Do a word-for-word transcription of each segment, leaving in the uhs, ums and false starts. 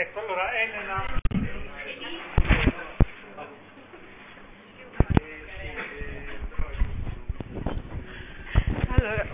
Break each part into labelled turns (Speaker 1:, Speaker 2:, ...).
Speaker 1: Ecco, allora Elena.
Speaker 2: Allora.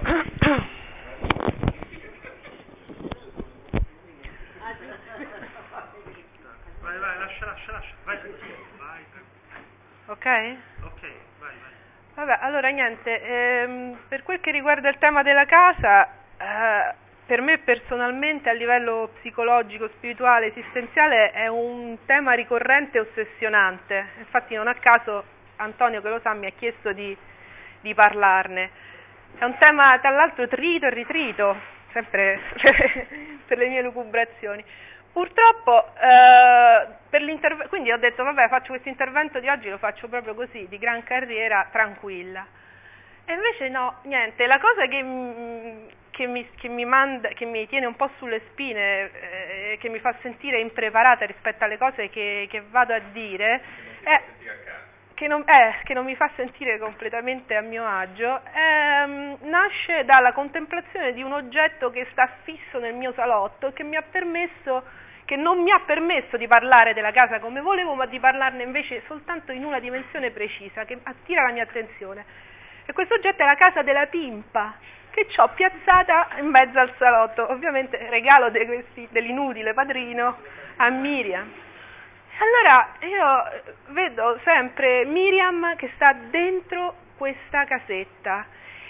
Speaker 1: Vai, vai, lascia, lascia, lascia. Vai, vai.
Speaker 2: Ok?
Speaker 1: Ok, vai, vai.
Speaker 2: Vabbè, allora niente, ehm, per quel che riguarda il tema della casa, eh, per me personalmente a livello psicologico, spirituale, esistenziale è un tema ricorrente e ossessionante. Infatti non a caso Antonio, che lo sa, mi ha chiesto di, di parlarne. È un tema tra l'altro trito e ritrito, sempre per le mie lucubrazioni. Purtroppo, eh, per l'intervento, quindi ho detto vabbè, faccio questo intervento di oggi, lo faccio proprio così, di gran carriera, tranquilla. E invece no, niente, la cosa che, che, mi, che, mi, manda, che mi tiene un po' sulle spine, eh, che mi fa sentire impreparata rispetto alle cose che, che vado a dire, è che non, eh, che non mi fa sentire completamente a mio agio, ehm, nasce dalla contemplazione di un oggetto che sta fisso nel mio salotto e che mi ha permesso, che non mi ha permesso di parlare della casa come volevo, ma di parlarne invece soltanto in una dimensione precisa che attira la mia attenzione. E questo oggetto è la casa della pimpa, che ho piazzata in mezzo al salotto, ovviamente regalo de questi, dell'inutile padrino a Miriam. Allora io vedo sempre Miriam che sta dentro questa casetta,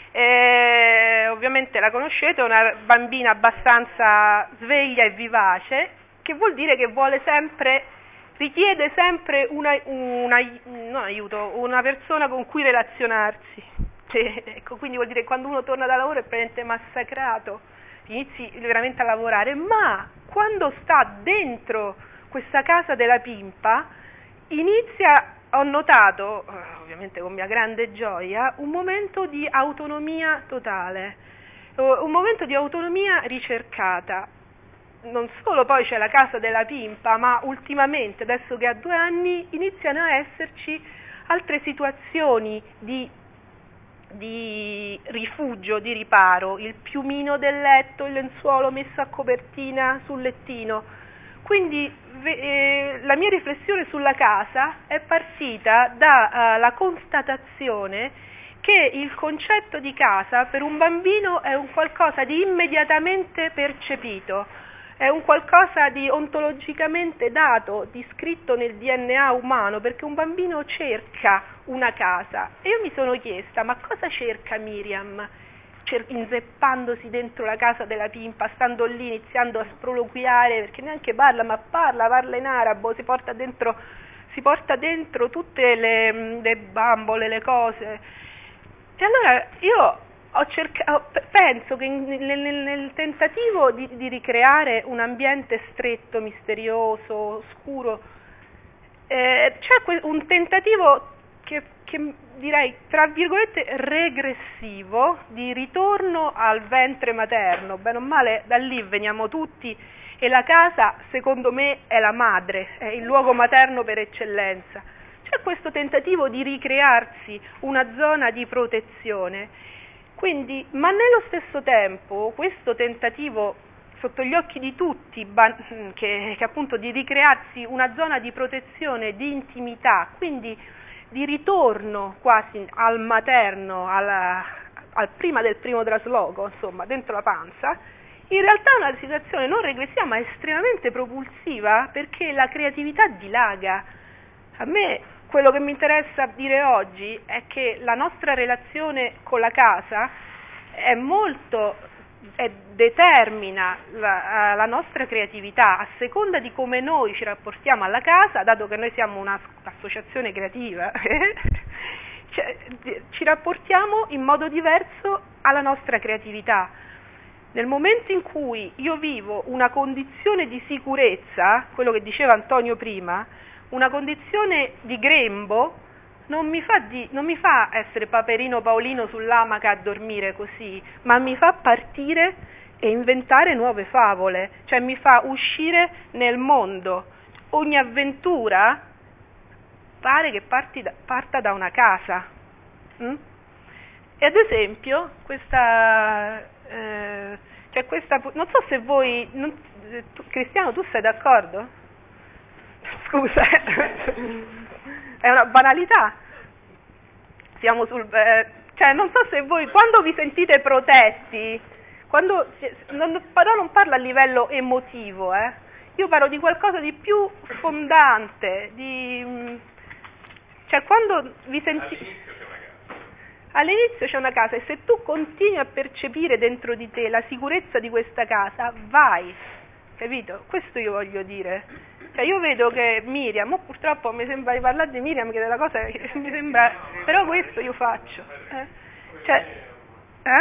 Speaker 2: e ovviamente la conoscete, è una bambina abbastanza sveglia e vivace, che vuol dire che vuole sempre, richiede sempre una, una, non aiuto, una persona con cui relazionarsi. Cioè, ecco, quindi vuol dire che quando uno torna da lavoro è praticamente massacrato, inizi veramente a lavorare, ma quando sta dentro questa casa della pimpa inizia, ho notato, ovviamente con mia grande gioia, un momento di autonomia totale, un momento di autonomia ricercata. Non solo poi c'è la casa della pimpa, ma ultimamente, adesso che ha due anni, iniziano a esserci altre situazioni di, di rifugio, di riparo, il piumino del letto, il lenzuolo messo a copertina sul lettino. Quindi eh, la mia riflessione sulla casa è partita dalla uh, constatazione che il concetto di casa per un bambino è un qualcosa di immediatamente percepito, è un qualcosa di ontologicamente dato, di scritto nel D N A umano, perché un bambino cerca una casa. E io mi sono chiesta, ma cosa cerca Miriam? Inzeppandosi dentro la casa della pimpa, stando lì, iniziando a sproloquiare, perché neanche parla, ma parla, parla in arabo, si porta dentro, si porta dentro tutte le, le bambole, le cose. E allora io ho cercato, penso che nel, nel, nel tentativo di, di ricreare un ambiente stretto, misterioso, oscuro, eh, c'è un tentativo che, che direi, tra virgolette, regressivo, di ritorno al ventre materno. Bene o male, da lì veniamo tutti, e la casa, secondo me, è la madre, è il luogo materno per eccellenza. C'è questo tentativo di ricrearsi una zona di protezione, quindi, ma nello stesso tempo, questo tentativo sotto gli occhi di tutti, che, che appunto di ricrearsi una zona di protezione, di intimità, quindi di ritorno quasi al materno, alla, al prima del primo trasloco, insomma, dentro la panza, in realtà è una situazione non regressiva ma estremamente propulsiva, perché la creatività dilaga. A me quello che mi interessa dire oggi è che la nostra relazione con la casa è molto, è, determina la, la nostra creatività a seconda di come noi ci rapportiamo alla casa, dato che noi siamo un'associazione creativa, cioè, ci rapportiamo in modo diverso alla nostra creatività. Nel momento in cui io vivo una condizione di sicurezza, quello che diceva Antonio prima, una condizione di grembo, non mi fa, di, non mi fa essere Paperino Paolino sull'amaca a dormire così, ma mi fa partire e inventare nuove favole, cioè mi fa uscire nel mondo. Ogni avventura pare che parti da, parta da una casa. Mm? E ad esempio, questa, eh, cioè questa, non so se voi, non, tu, Cristiano, tu sei d'accordo? Scusa, è una banalità. Siamo sul... Eh, cioè, non so se voi, quando vi sentite protetti, quando, non, però non parlo a livello emotivo, eh. Io parlo di qualcosa di più fondante, di... Cioè, quando vi sentite... All'inizio c'è una casa e se tu continui a percepire dentro di te la sicurezza di questa casa, vai, capito? Questo io voglio dire. Cioè io vedo che Miriam, oh, purtroppo mi sembra di parlare di Miriam, che è della cosa che mi sembra, però questo io faccio. Eh? Cioè, eh?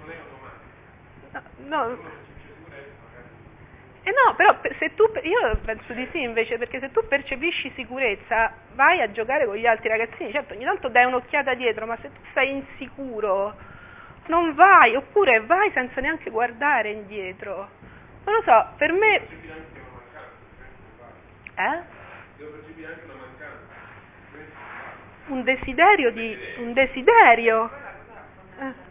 Speaker 2: No, no. Eh no, però se tu, io penso di sì invece, perché se tu percepisci sicurezza vai a giocare con gli altri ragazzini, certo ogni tanto dai un'occhiata dietro, ma se tu sei insicuro non vai, oppure vai senza neanche guardare indietro. Non lo so, per me... Eh? Un desiderio di... un desiderio? Eh.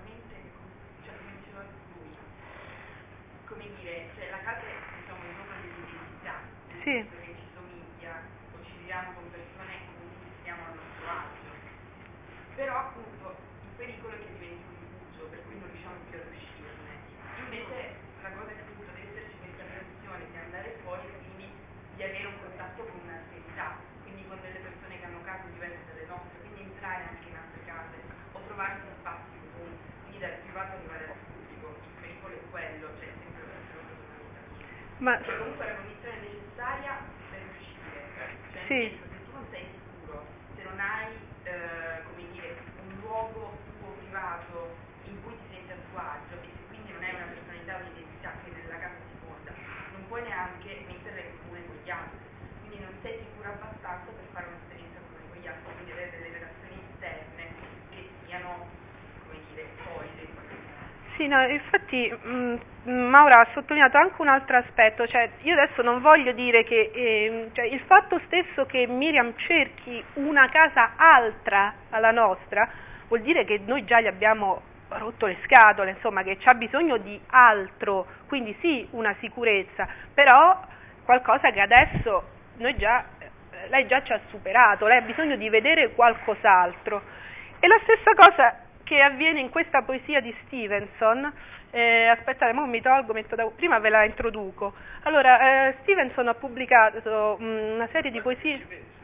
Speaker 2: Sì.
Speaker 3: Perché ci somiglia o ci viviamo con persone con cui stiamo a nostro agio, però appunto il pericolo è che diventi un rifugio per cui non riusciamo più ad uscirne. Invece la cosa che appunto deve esserci questa pressione di andare fuori e quindi di avere un contatto con un'alterità, quindi con delle persone che hanno case diverse dalle nostre, quindi entrare anche in altre case o trovarsi in spazi comuni, quindi dal privato arrivare al pubblico. Il pericolo è quello, cioè sempre la personalità.
Speaker 2: Ma
Speaker 3: cioè, comunque la condizione necessaria per uscire, cioè
Speaker 2: sì.
Speaker 3: se tu non sei sicuro, se non hai eh, come dire, un luogo tuo privato in cui ti senti a tuo agio e se quindi non hai una personalità o un'identità che nella casa si fonda, non puoi neanche metterla in comune con gli altri, quindi non sei sicuro abbastanza per fare un'esperienza comune con gli altri, quindi avere delle relazioni esterne che siano, come dire, solide in qualche modo.
Speaker 2: Sì, no, infatti mh, Maura ha sottolineato anche un altro aspetto, cioè io adesso non voglio dire che eh, cioè, il fatto stesso che Miriam cerchi una casa altra alla nostra vuol dire che noi già gli abbiamo rotto le scatole, insomma, che c'ha bisogno di altro, quindi sì, una sicurezza, però qualcosa che adesso noi già, lei già ci ha superato, lei ha bisogno di vedere qualcos'altro. E la stessa cosa che avviene in questa poesia di Stevenson, eh, aspettate, mo mi tolgo, metto da, prima ve la introduco. Allora, eh, Stevenson ha pubblicato mh, una serie di poesie...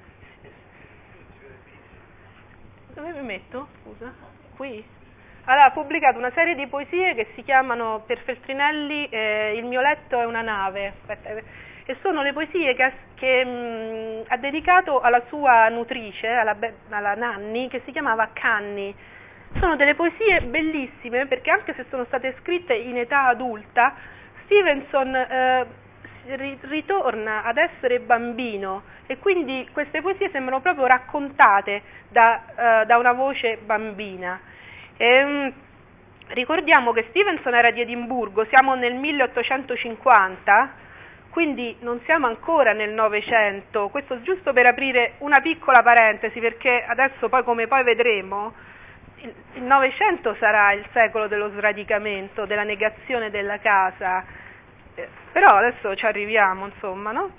Speaker 2: Dove mi metto? Scusa, qui? Allora, ha pubblicato una serie di poesie che si chiamano per Feltrinelli eh, Il mio letto è una nave, aspetta, e sono le poesie che, ha, che mh, ha dedicato alla sua nutrice, alla, alla Nanni, che si chiamava Canni. Sono delle poesie bellissime perché anche se sono state scritte in età adulta, Stevenson eh, ritorna ad essere bambino e quindi queste poesie sembrano proprio raccontate da, uh, da una voce bambina. E, um, ricordiamo che Stevenson era di Edimburgo, siamo nel milleottocentocinquanta, quindi non siamo ancora nel Novecento, questo giusto per aprire una piccola parentesi perché adesso poi come poi vedremo il Novecento sarà il secolo dello sradicamento, della negazione della casa, eh, però adesso ci arriviamo, insomma, no?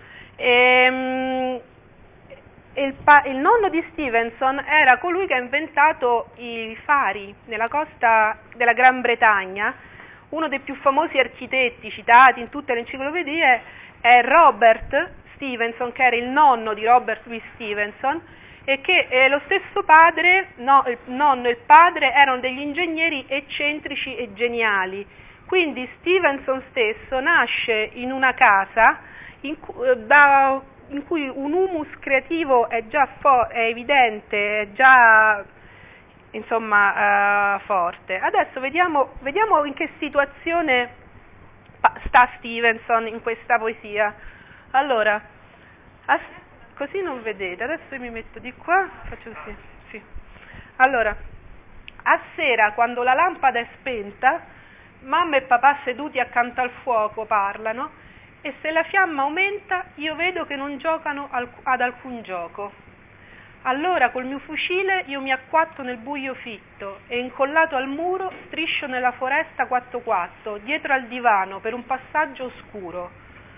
Speaker 2: E, il, pa- il nonno di Stevenson era colui che ha inventato i fari nella costa della Gran Bretagna. Uno dei più famosi architetti citati in tutte le enciclopedie è Robert Stevenson, che era il nonno di Robert Louis Stevenson, e che eh, lo stesso padre, no, il nonno e il padre erano degli ingegneri eccentrici e geniali. Quindi Stevenson stesso nasce in una casa in, cu- da, in cui un humus creativo è già fo- è evidente, è già insomma uh, forte. Adesso vediamo, vediamo in che situazione sta Stevenson in questa poesia. Allora, as- così non vedete, adesso io mi metto di qua, faccio così, sì. Allora, a sera quando la lampada è spenta, mamma e papà seduti accanto al fuoco parlano e se la fiamma aumenta io vedo che non giocano al- ad alcun gioco. Allora col mio fucile io mi acquatto nel buio fitto e incollato al muro striscio nella foresta quatto quatto, dietro al divano per un passaggio oscuro.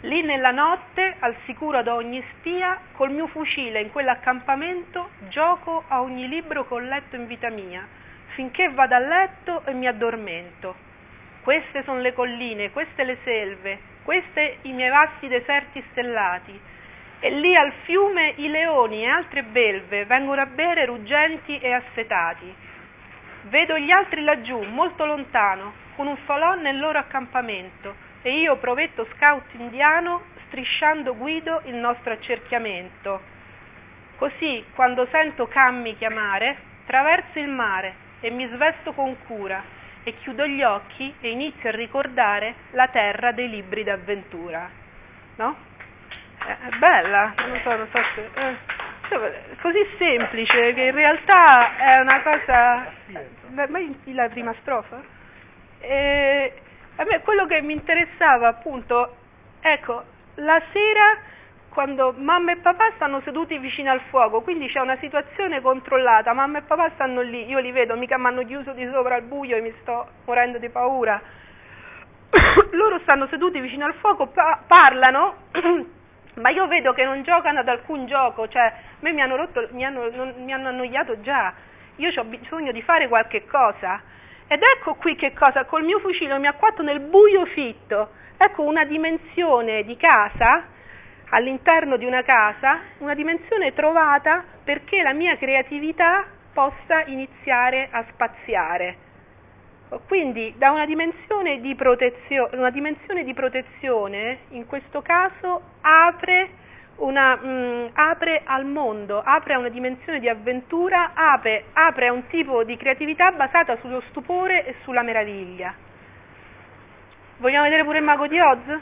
Speaker 2: Lì nella notte, al sicuro da ogni spia, col mio fucile in quell'accampamento, gioco a ogni libro che ho letto in vita mia, finché vado a letto e mi addormento. Queste sono le colline, queste le selve, queste i miei vasti deserti stellati, e lì al fiume i leoni e altre belve vengono a bere ruggenti e assetati. Vedo gli altri laggiù, molto lontano, con un falò nel loro accampamento, e io, provetto scout indiano, strisciando guido il nostro accerchiamento. Così, quando sento Cammi chiamare, traverso il mare e mi svesto con cura e chiudo gli occhi e inizio a ricordare la terra dei libri d'avventura. No? È bella, non so, non so se... Eh, così semplice che in realtà è una cosa... Mai la prima strofa? E a me quello che mi interessava appunto, ecco, la sera quando mamma e papà stanno seduti vicino al fuoco, quindi c'è una situazione controllata, mamma e papà stanno lì, io li vedo, mica mi hanno chiuso di sopra al buio e mi sto morendo di paura. Loro stanno seduti vicino al fuoco, pa- parlano, ma io vedo che non giocano ad alcun gioco, cioè a me mi hanno rotto, mi hanno, non, mi hanno annoiato già, io ho bisogno di fare qualche cosa. Ed ecco qui che cosa, col mio fucile mi acquatto nel buio fitto, ecco una dimensione di casa, all'interno di una casa, una dimensione trovata perché la mia creatività possa iniziare a spaziare. Quindi da una dimensione di protezione, una dimensione di protezione, in questo caso apre Una, mh, apre al mondo, apre a una dimensione di avventura, apre, apre a un tipo di creatività basata sullo stupore e sulla meraviglia. Vogliamo vedere pure il Mago di Oz?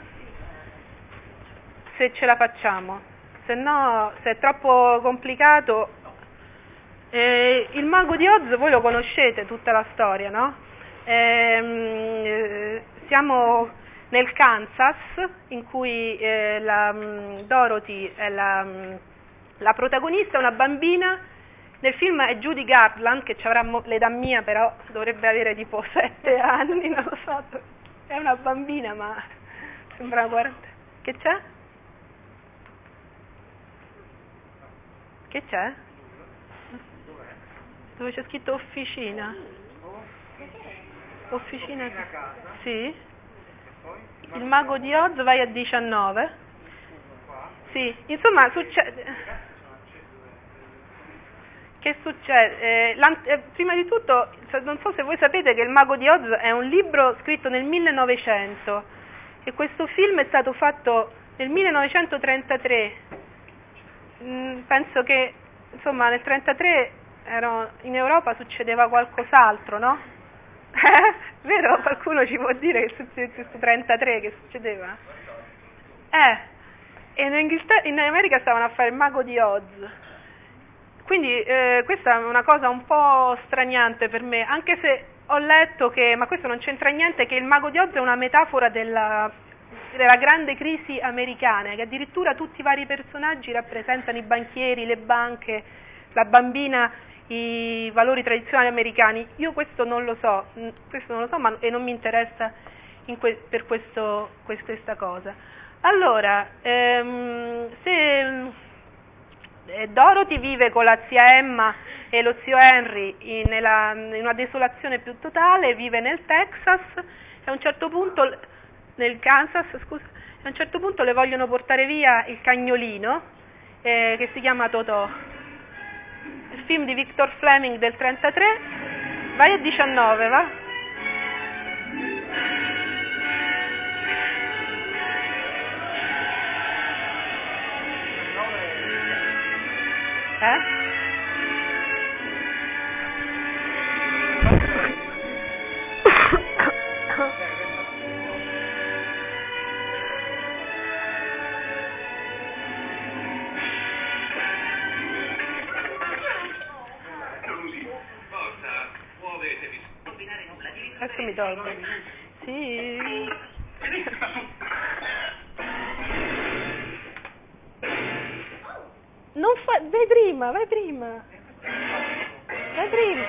Speaker 2: Se ce la facciamo, se no, se è troppo complicato. Eh, il Mago di Oz voi lo conoscete, tutta la storia, no? Eh, siamo nel Kansas, in cui eh, la, um, Dorothy è la, um, la protagonista, è una bambina, nel film è Judy Garland, che ci avrà mo- l'età mia, però dovrebbe avere tipo sette anni, non lo so, è una bambina ma sembra quaranta. Che c'è? Che c'è? Dove c'è scritto officina? Officina? Sì? Il Mago di Oz vai a diciannove. Sì, insomma succede. Che succede? Eh, eh, prima di tutto, non so se voi sapete che il Mago di Oz è un libro scritto nel millenovecento e questo film è stato fatto nel millenovecentotrentatré. Mm, penso che insomma nel trentatré ero, in Europa succedeva qualcos'altro, no? Eh? Vero? Qualcuno ci può dire che succede questo trentatré che succedeva? Eh, e in, Inghilterra, in America stavano a fare il Mago di Oz. Quindi eh, questa è una cosa un po' straniante per me, anche se ho letto che, ma questo non c'entra niente, che il Mago di Oz è una metafora della, della grande crisi americana, che addirittura tutti i vari personaggi rappresentano i banchieri, le banche, la bambina, i valori tradizionali americani. Io questo non lo so, questo non lo so ma, e non mi interessa in que- per questo, questa cosa. Allora, ehm, se eh, Dorothy vive con la zia Emma e lo zio Henry in, nella, in una desolazione più totale, vive nel Texas e a un certo punto, nel Kansas, scusa, a un certo punto le vogliono portare via il cagnolino eh, che si chiama Totò. Il film di Victor Fleming del trentatré, vai a diciannove, va? Eh? Adesso mi tolgo. Sì. Non fa... Vai prima, vai prima. Vai prima.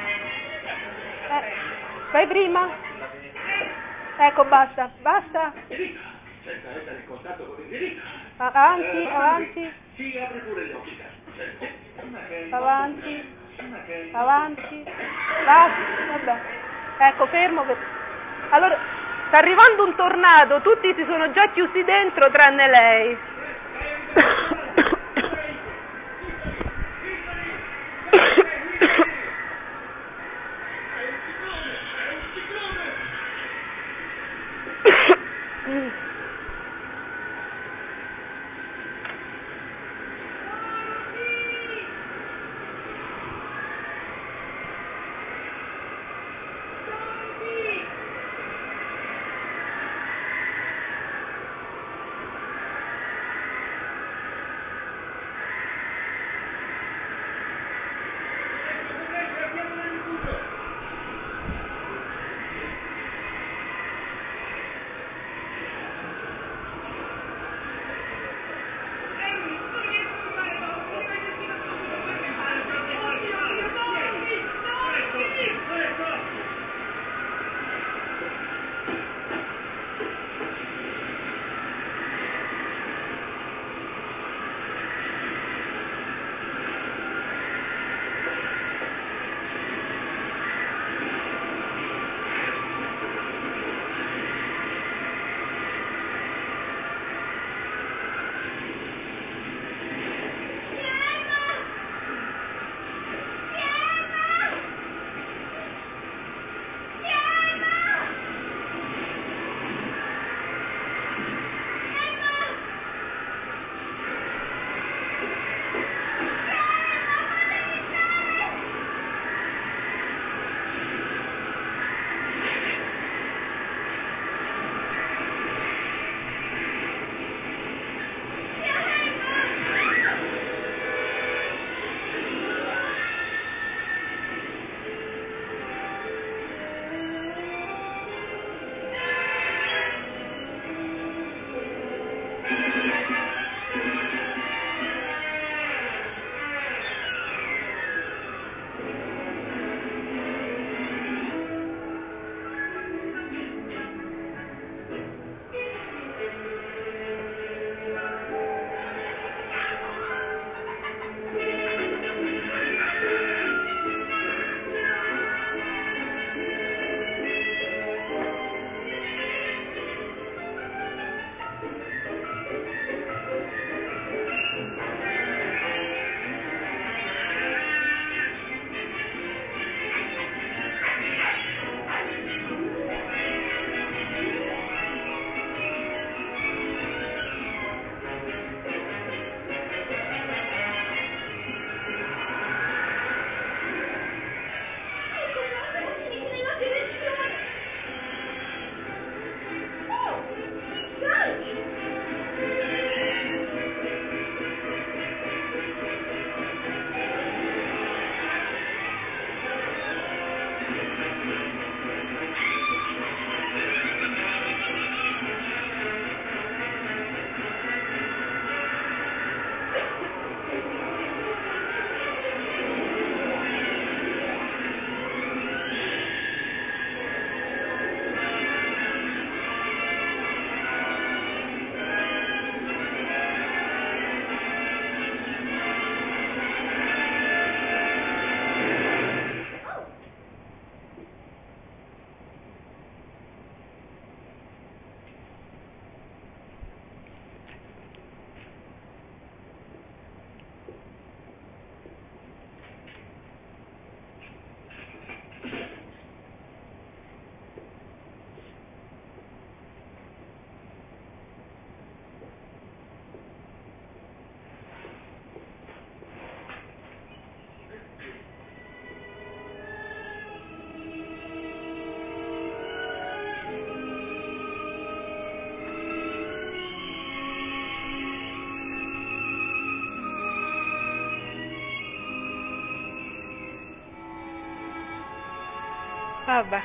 Speaker 2: Eh, vai prima. Ecco, basta, basta.
Speaker 4: senza essere in contatto con il diritto.
Speaker 2: Avanti,
Speaker 4: Eh,
Speaker 2: avanti,
Speaker 4: Si apre pure gli occhi, certo.
Speaker 2: avanti, avanti. Basta, vabbè. Ecco, fermo. Per... Allora, sta arrivando un tornado, tutti si sono già chiusi dentro tranne lei. Vabbè.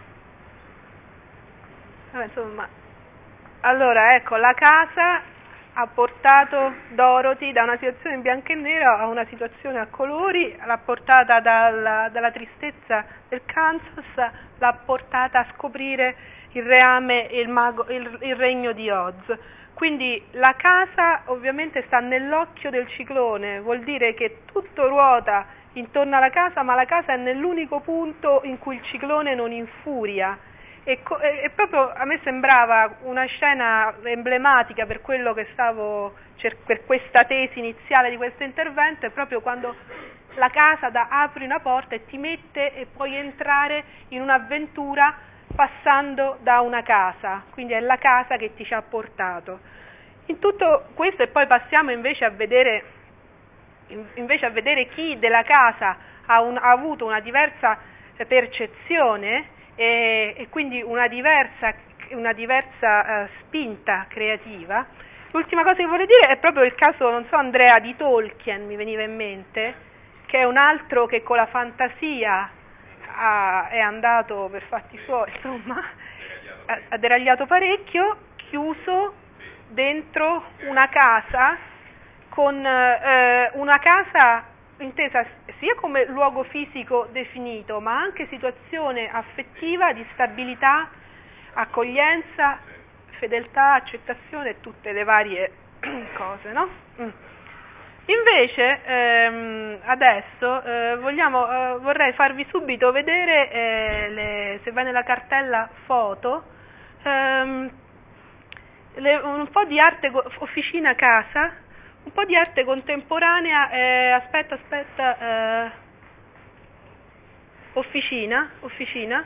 Speaker 2: Vabbè, insomma, allora ecco, la casa ha portato Dorothy da una situazione in bianco e nero a una situazione a colori, l'ha portata dalla, dalla tristezza del Kansas, l'ha portata a scoprire il reame e il, mago, il, il regno di Oz. Quindi la casa ovviamente sta nell'occhio del ciclone, vuol dire che tutto ruota intorno alla casa, ma la casa è nell'unico punto in cui il ciclone non infuria. E, co- e proprio a me sembrava una scena emblematica per quello che stavo cer- per questa tesi iniziale di questo intervento, è proprio quando la casa da apri una porta e ti mette e puoi entrare in un'avventura passando da una casa, quindi è la casa che ti ci ha portato. In tutto questo, e poi passiamo invece a vedere invece a vedere chi della casa ha, un, ha avuto una diversa percezione e, e quindi una diversa, una diversa uh, spinta creativa. L'ultima cosa che voglio dire è proprio il caso, non so Andrea, di Tolkien, mi veniva in mente, che è un altro che con la fantasia ha, è andato per fatti suoi, insomma, ha, ha deragliato parecchio, chiuso dentro una casa, con eh, una casa intesa sia come luogo fisico definito, ma anche situazione affettiva di stabilità, accoglienza, fedeltà, accettazione e tutte le varie cose, no? Mm. Invece ehm, adesso eh, vogliamo, eh, vorrei farvi subito vedere, eh, le, se vai nella cartella foto, ehm, le, un po' di arte officina casa, un po' di arte contemporanea, eh, aspetta, aspetta, eh, officina, officina,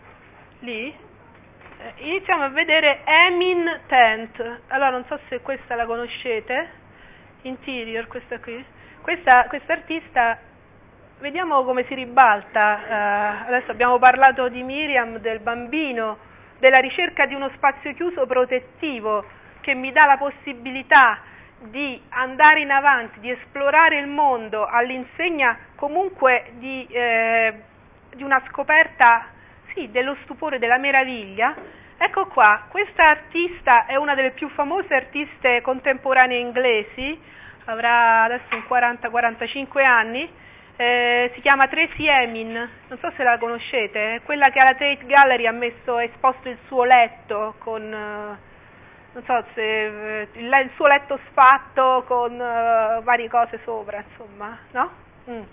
Speaker 2: lì, eh, iniziamo a vedere Emin Tent. Allora non so se questa la conoscete, Interior, questa qui, questa artista, vediamo come si ribalta, eh, adesso abbiamo parlato di Miriam, del bambino, della ricerca di uno spazio chiuso protettivo che mi dà la possibilità di andare in avanti, di esplorare il mondo all'insegna comunque di, eh, di una scoperta, sì, dello stupore, della meraviglia. Ecco qua, questa artista è una delle più famose artiste contemporanee inglesi, avrà adesso un quaranta quarantacinque anni, eh, si chiama Tracey Emin, non so se la conoscete, è quella che alla Tate Gallery ha messo, esposto il suo letto con... Eh, non so se eh, il, il suo letto sfatto con uh, varie cose sopra, insomma, no? Mm.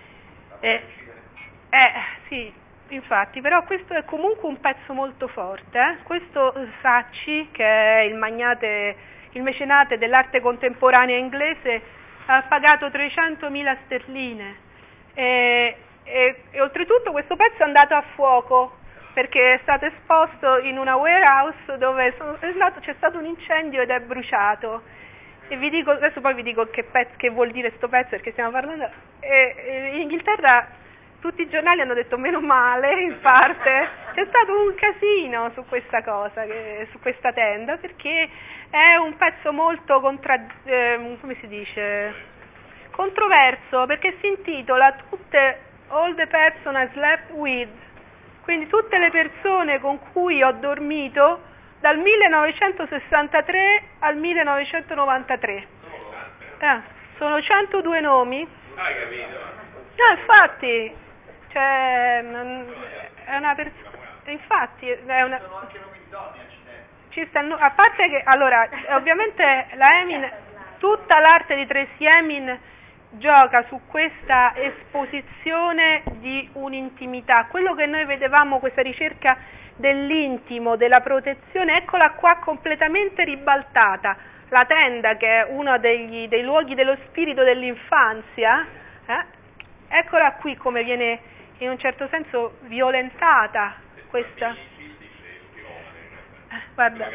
Speaker 2: Eh, eh, sì, infatti, però questo è comunque un pezzo molto forte, eh? Questo Sacchi, che è il magnate, il mecenate dell'arte contemporanea inglese, ha pagato trecentomila sterline e, e, e oltretutto questo pezzo è andato a fuoco, perché è stato esposto in una warehouse dove sono, è stato, c'è stato un incendio ed è bruciato. E vi dico, adesso poi vi dico che, pezzo, che vuol dire sto pezzo, perché stiamo parlando. E, e in Inghilterra tutti i giornali hanno detto meno male, in parte, c'è stato un casino su questa cosa, che, su questa tenda, perché è un pezzo molto contra, eh, come si dice, controverso, perché si intitola tutte All the Person I Slept With. Quindi tutte le persone con cui ho dormito dal millenovecentosessantatré al millenovecentonovantatré. Eh, sono centodue nomi.
Speaker 4: Hai capito?
Speaker 2: No, infatti, cioè, è una persona, infatti, è una...
Speaker 1: Sono anche nomi di donne, accidenti.
Speaker 2: Ci stanno, a parte che, allora, ovviamente la Emin, tutta l'arte di Tracey Emin gioca su questa esposizione di un'intimità, quello che noi vedevamo, questa ricerca dell'intimo, della protezione, eccola qua completamente ribaltata. La tenda, che è uno degli, dei luoghi dello spirito dell'infanzia, eh, eccola qui come viene in un certo senso violentata questa. Eh, guarda.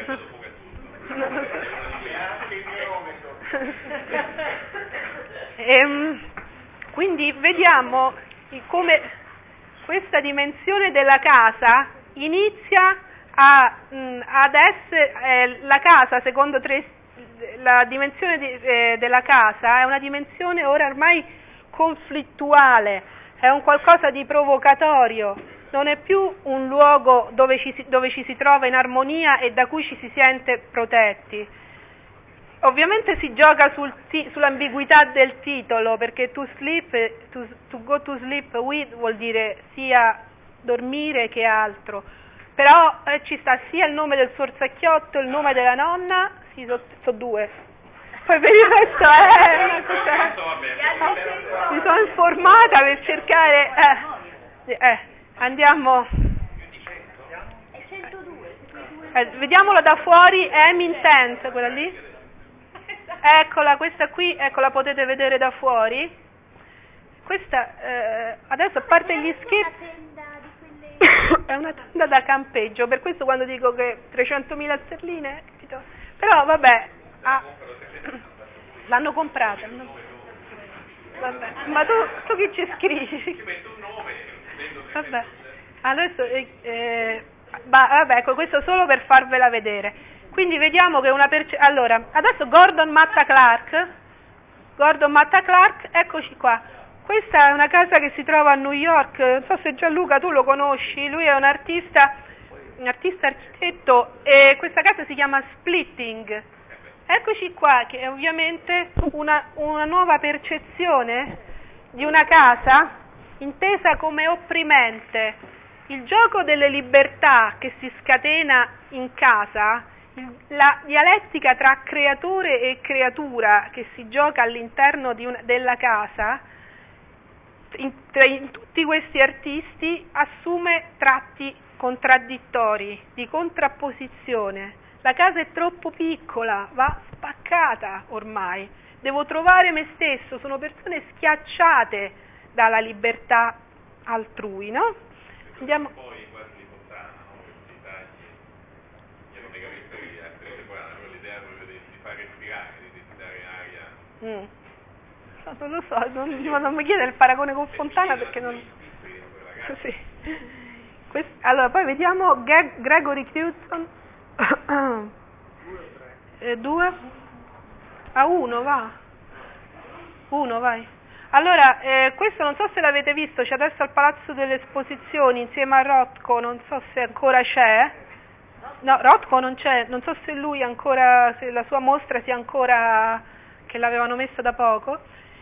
Speaker 2: E, quindi vediamo come questa dimensione della casa inizia a, mh, ad essere, eh, la casa secondo tre, la dimensione di, eh, della casa è una dimensione ora ormai conflittuale, è un qualcosa di provocatorio, non è più un luogo dove ci si, dove ci si trova in armonia e da cui ci si sente protetti. ovviamente si gioca sul ti- sull'ambiguità del titolo, perché to sleep, to, to go to sleep with vuol dire sia dormire che altro, però eh, ci sta sia il nome del sorsacchiotto, il nome della nonna, sì, sono so due, poi per il resto è una cosa, mi sono informata per cercare, eh, eh, andiamo, eh, vediamolo da fuori, è intense quella lì. Eccola, questa qui, ecco, la potete vedere da fuori. Questa, eh, adesso a parte gli scherzi, è una tenda da campeggio, per questo quando dico che trecentomila sterline, capito? Però vabbè, ah, l'hanno comprata. No? Vabbè, ma tu, tu chi ci scrivi? Vabbè, adesso, eh, eh, vabbè, ecco, questo solo per farvela vedere. Quindi vediamo che una perce- allora, adesso Gordon Matta Clark, Gordon Matta Clark, eccoci qua. Questa è una casa che si trova a New York, non so se Gianluca tu lo conosci, lui è un artista, un artista architetto, e questa casa si chiama Splitting. Eccoci qua, che è ovviamente una, una nuova percezione di una casa intesa come opprimente. Il gioco delle libertà che si scatena in casa, la dialettica tra creatore e creatura che si gioca all'interno di una, della casa, in, in tutti questi artisti assume tratti contraddittori, di contrapposizione. La casa è troppo piccola, va spaccata ormai, devo trovare me stesso, sono persone schiacciate dalla libertà altrui, no? Andiamo. Mm. No, non lo so, non, non mi chiede il paragone con Fontana perché non... Sì. Quest... Allora, poi vediamo Ge- Gregory Knudson. eh, due? A uno, va. Uno, vai. Allora, eh, questo non so se l'avete visto, c'è adesso al Palazzo delle Esposizioni insieme a Rothko, non so se ancora c'è. No, Rothko non c'è, non so se lui ancora, se la sua mostra sia ancora... che l'avevano messa da poco.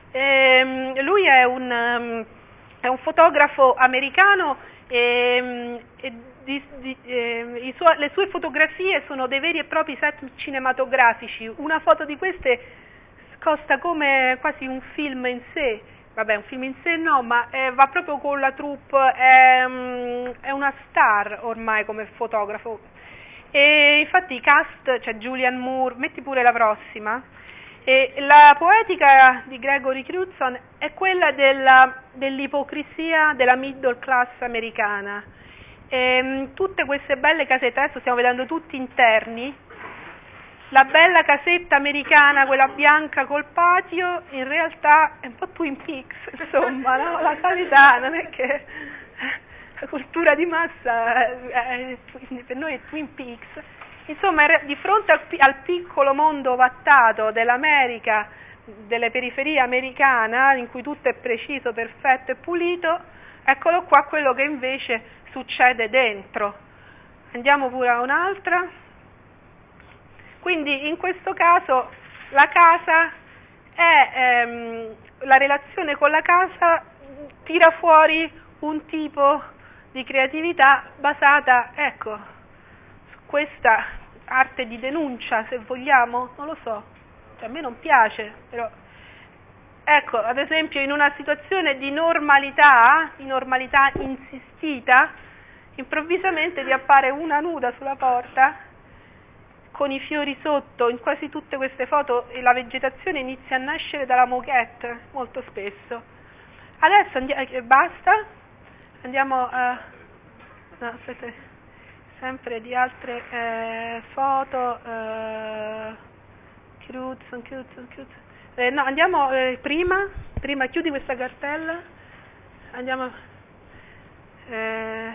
Speaker 2: E, lui è un, um, è un fotografo americano e, e di, di, eh, i suo, le sue fotografie sono dei veri e propri set cinematografici. Una foto di queste costa come quasi un film in sé, vabbè, un film in sé no, ma eh, va proprio con la troupe, è, um, è una star ormai come fotografo. E infatti i cast, cioè Julianne Moore, metti pure la prossima. E la poetica di Gregory Knudson è quella della, dell'ipocrisia della middle class americana. E, tutte queste belle casette, adesso stiamo vedendo tutti interni, la bella casetta americana, quella bianca col patio, in realtà è un po' Twin Peaks, insomma, no? La sanità non è che la cultura di massa è, è, per noi è Twin Peaks. Insomma, di fronte al, al piccolo mondo ovattato dell'America, delle periferie americana, in cui tutto è preciso, perfetto e pulito, eccolo qua quello che invece succede dentro. Andiamo pure a un'altra. Quindi in questo caso la casa è, ehm, la relazione con la casa tira fuori un tipo di creatività basata, ecco, questa arte di denuncia, se vogliamo, non lo so, cioè, a me non piace, però ecco, ad esempio in una situazione di normalità, di normalità insistita, improvvisamente ti appare una nuda sulla porta con i fiori sotto. In quasi tutte queste foto la vegetazione inizia a nascere dalla moquette, molto spesso. Adesso andiamo, eh, basta, andiamo a... no, aspetta, sempre di altre eh, foto, eh, Knudson, Knudson, Knudson. Eh, no, andiamo eh, prima, prima chiudi questa cartella, andiamo, eh,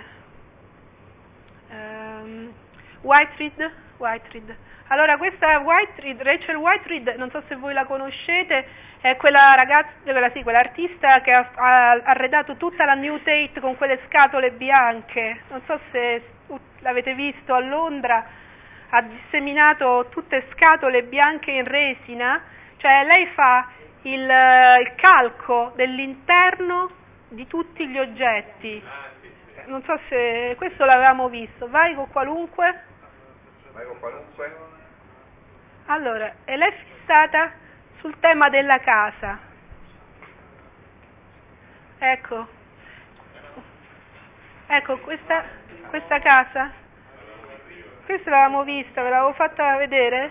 Speaker 2: ehm, Whiteread, Whiteread. Allora questa è Whiteread, Rachel Whiteread, non so se voi la conoscete, è quella ragazza, quella, sì, quell'artista che ha, ha arredato tutta la New Tate con quelle scatole bianche, non so se l'avete visto a Londra, ha disseminato tutte scatole bianche in resina, cioè lei fa il, il calco dell'interno di tutti gli oggetti. Non so se questo l'avevamo visto. Vai con qualunque.
Speaker 5: Vai con qualunque.
Speaker 2: Allora, e lei è fissata sul tema della casa. Ecco. Ecco, questa, questa casa. Questa l'avevamo vista, ve l'avevo fatta vedere.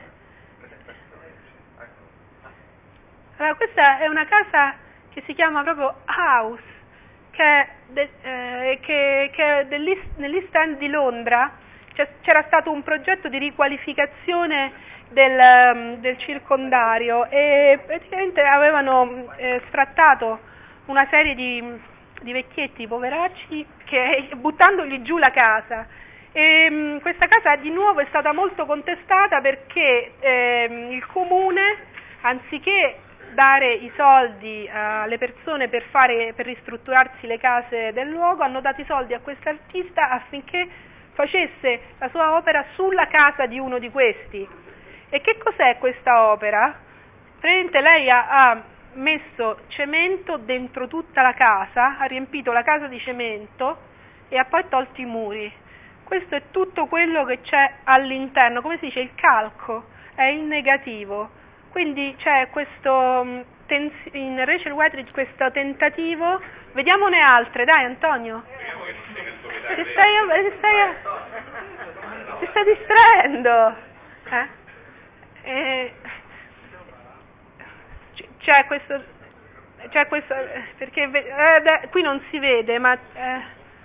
Speaker 2: Allora, questa è una casa che si chiama proprio House, che è, de, eh, che, che è nell'East End di Londra. C'era stato un progetto di riqualificazione del, del circondario e praticamente avevano eh, sfrattato una serie di, di vecchietti poveracci che, buttandogli giù la casa. E, mh, questa casa di nuovo è stata molto contestata perché eh, il comune, anziché dare i soldi alle persone per, fare, per ristrutturarsi le case del luogo, hanno dato i soldi a quest'artista affinché facesse la sua opera sulla casa di uno di questi. E che cos'è questa opera? Praticamente lei ha, ha messo cemento dentro tutta la casa, ha riempito la casa di cemento e ha poi tolto i muri. Questo è tutto quello che c'è all'interno, come si dice, il calco, è il negativo. Quindi c'è questo, in Rachel Wetridge, questo tentativo, vediamone altre, dai Antonio. Ti stai, ti stai, ti stai distraendo. Eh? E, c'è questo, c'è questo, perché eh, qui non si vede, ma eh,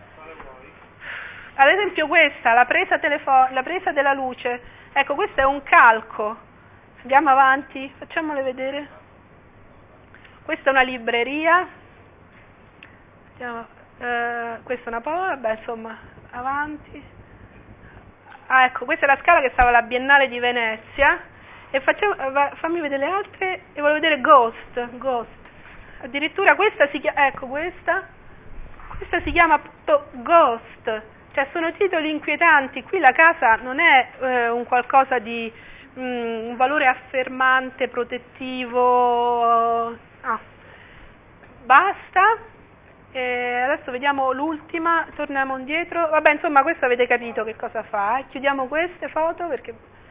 Speaker 2: ad esempio questa, la presa, telefo- la presa della luce, ecco, questo è un calco. Andiamo avanti, facciamole vedere. Questa è una libreria. Andiamo, eh, questa è una parola, beh, insomma, avanti. Ah, ecco, questa è la scala che stava alla Biennale di Venezia. E facciamo, fammi vedere le altre. E volevo vedere Ghost, Ghost. Addirittura questa si chiama, ecco questa. Questa si chiama appunto Ghost. Cioè sono titoli inquietanti. Qui la casa non è eh, un qualcosa di un valore affermante, protettivo, no. Basta. E adesso vediamo l'ultima, torniamo indietro. Vabbè, insomma, questo avete capito che cosa fa. Eh? Chiudiamo queste foto perché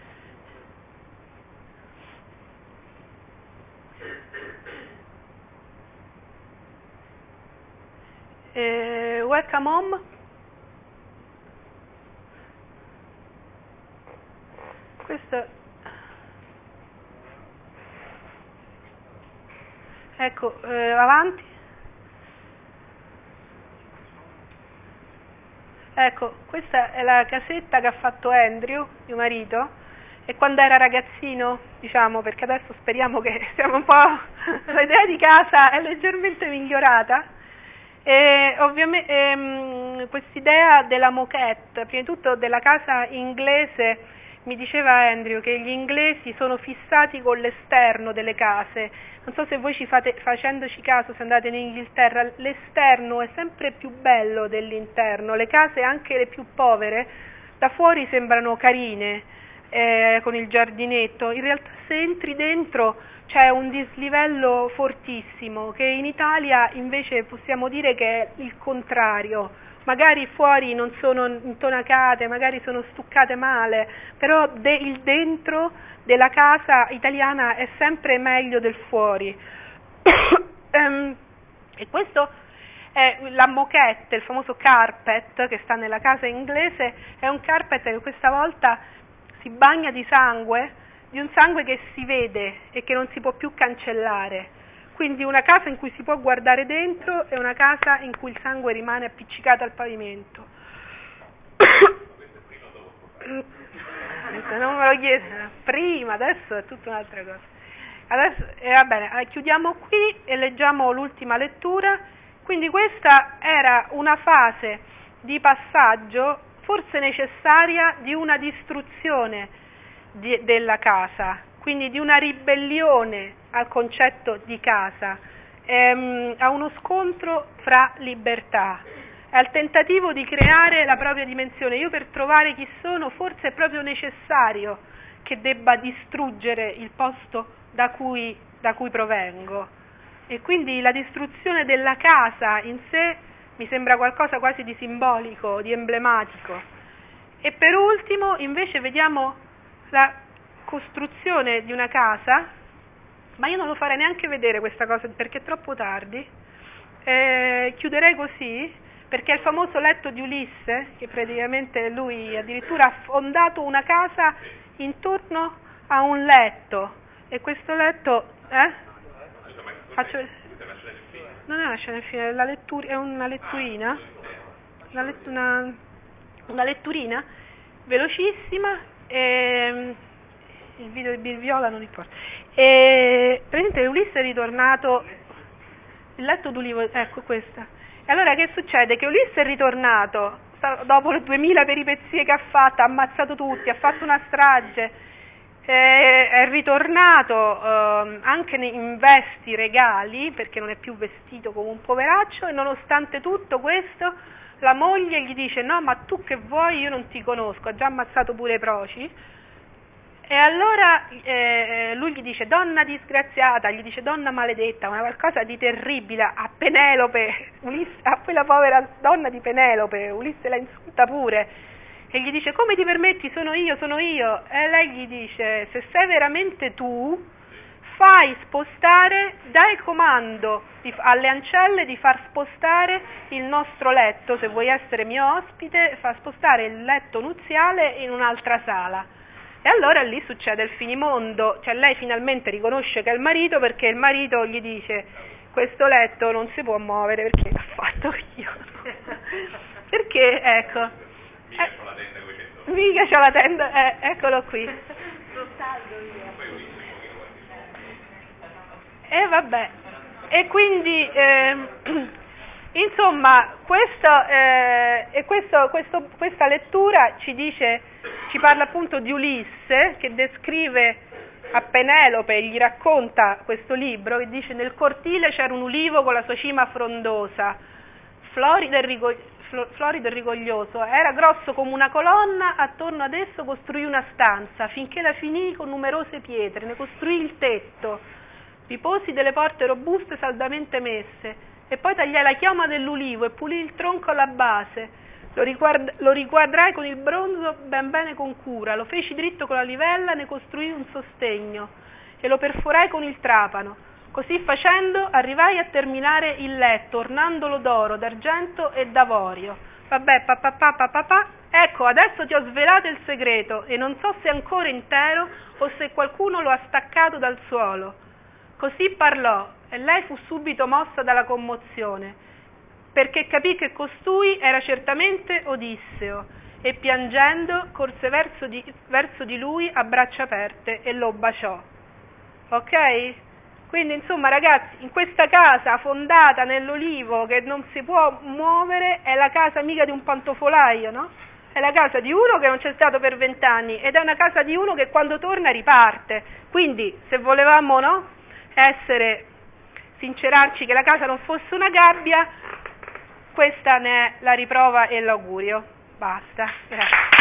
Speaker 2: e... Welcome home. Questo, ecco, eh, avanti. Ecco, questa è la casetta che ha fatto Andrew, mio marito, e quando era ragazzino, diciamo, perché adesso speriamo che siamo un po'... l'idea di casa è leggermente migliorata. E ovviamente ehm, quest'idea della moquette, prima di tutto della casa inglese. Mi diceva Andrew che gli inglesi sono fissati con l'esterno delle case. Non so se voi ci fate, facendoci caso, se andate in Inghilterra, l'esterno è sempre più bello dell'interno. Le case, anche le più povere, da fuori sembrano carine, eh, con il giardinetto. In realtà se entri dentro c'è un dislivello fortissimo, che in Italia invece possiamo dire che è il contrario. Magari fuori non sono intonacate, magari sono stuccate male, però de- il dentro della casa italiana è sempre meglio del fuori. um, e questo è la moquette, il famoso carpet che sta nella casa inglese, è un carpet che questa volta si bagna di sangue, di un sangue che si vede e che non si può più cancellare. Quindi una casa in cui si può guardare dentro e una casa in cui il sangue rimane appiccicato al pavimento. Non me lo chiede, prima, adesso è tutta un'altra cosa. Adesso, eh, va bene, chiudiamo qui e leggiamo l'ultima lettura. Quindi questa era una fase di passaggio, forse necessaria, di una distruzione di, della casa, quindi di una ribellione al concetto di casa, ehm, a uno scontro fra libertà. al tentativo di creare la propria dimensione. Io per trovare chi sono forse è proprio necessario che debba distruggere il posto da cui, da cui provengo. E quindi la distruzione della casa in sé mi sembra qualcosa quasi di simbolico, di emblematico. E per ultimo invece vediamo la costruzione di una casa, ma io non lo farei neanche vedere questa cosa perché è troppo tardi. Eh, chiuderei così, perché è il famoso letto di Ulisse, che praticamente lui addirittura ha fondato una casa intorno a un letto, e questo letto eh? Faccio... non è una scena del film, è, la lettur... è una letturina, una, let... una... una letturina velocissima, e... il video di Bill Viola non importa, e praticamente Ulisse è ritornato, il letto d'ulivo, ecco questa. E allora che succede? Che Ulisse è ritornato dopo le duemila peripezie che ha fatto, ha ammazzato tutti, ha fatto una strage, eh, è ritornato eh, anche in vesti regali, perché non è più vestito come un poveraccio, e nonostante tutto questo la moglie gli dice: no, ma tu che vuoi, io non ti conosco, ha già ammazzato pure Proci. E allora eh, lui gli dice: donna disgraziata, gli dice donna maledetta, una qualcosa di terribile a Penelope, Ulisse, a quella povera donna di Penelope. Ulisse la insulta pure e gli dice: come ti permetti, sono io, sono io. E lei gli dice: se sei veramente tu, fai spostare, dai comando di, alle ancelle di far spostare il nostro letto, se vuoi essere mio ospite, fa spostare il letto nuziale in un'altra sala. E allora lì succede il finimondo, cioè lei finalmente riconosce che è il marito, perché il marito gli dice: questo letto non si può muovere perché l'ho fatto io. Perché, ecco, mica eh, c'ho la tenda con i cento. Mica c'ho la tenda, eh, eccolo qui. E vabbè, e quindi eh, insomma questo, eh, e questo, questo, questa lettura ci dice, ci parla appunto di Ulisse, che descrive a Penelope, gli racconta questo libro, che dice: nel cortile c'era un ulivo con la sua cima frondosa, florido e, rigo, florido e rigoglioso, era grosso come una colonna, attorno ad esso costruì una stanza, finché la finì con numerose pietre, ne costruì il tetto, riposi delle porte robuste saldamente messe, e poi tagliai la chioma dell'ulivo e pulì il tronco alla base. Lo, riguard- lo riquadrai con il bronzo ben bene con cura, lo feci dritto con la livella, ne costruì un sostegno e lo perforai con il trapano. Così facendo arrivai a terminare il letto, ornandolo d'oro, d'argento e d'avorio. Vabbè, papà, papà, papà, ecco, adesso ti ho svelato il segreto e non so se è ancora intero o se qualcuno lo ha staccato dal suolo. Così parlò e lei fu subito mossa dalla commozione, perché capì che costui era certamente Odisseo, e piangendo corse verso di, verso di lui a braccia aperte e lo baciò. Ok? Quindi insomma ragazzi, in questa casa fondata nell'olivo che non si può muovere, è la casa mica di un pantofolaio, no? È la casa di uno che non c'è stato per vent'anni, ed è una casa di uno che quando torna riparte. Quindi se volevamo, no, essere, sincerarci che la casa non fosse una gabbia, questa ne è la riprova e l'augurio. Basta, grazie.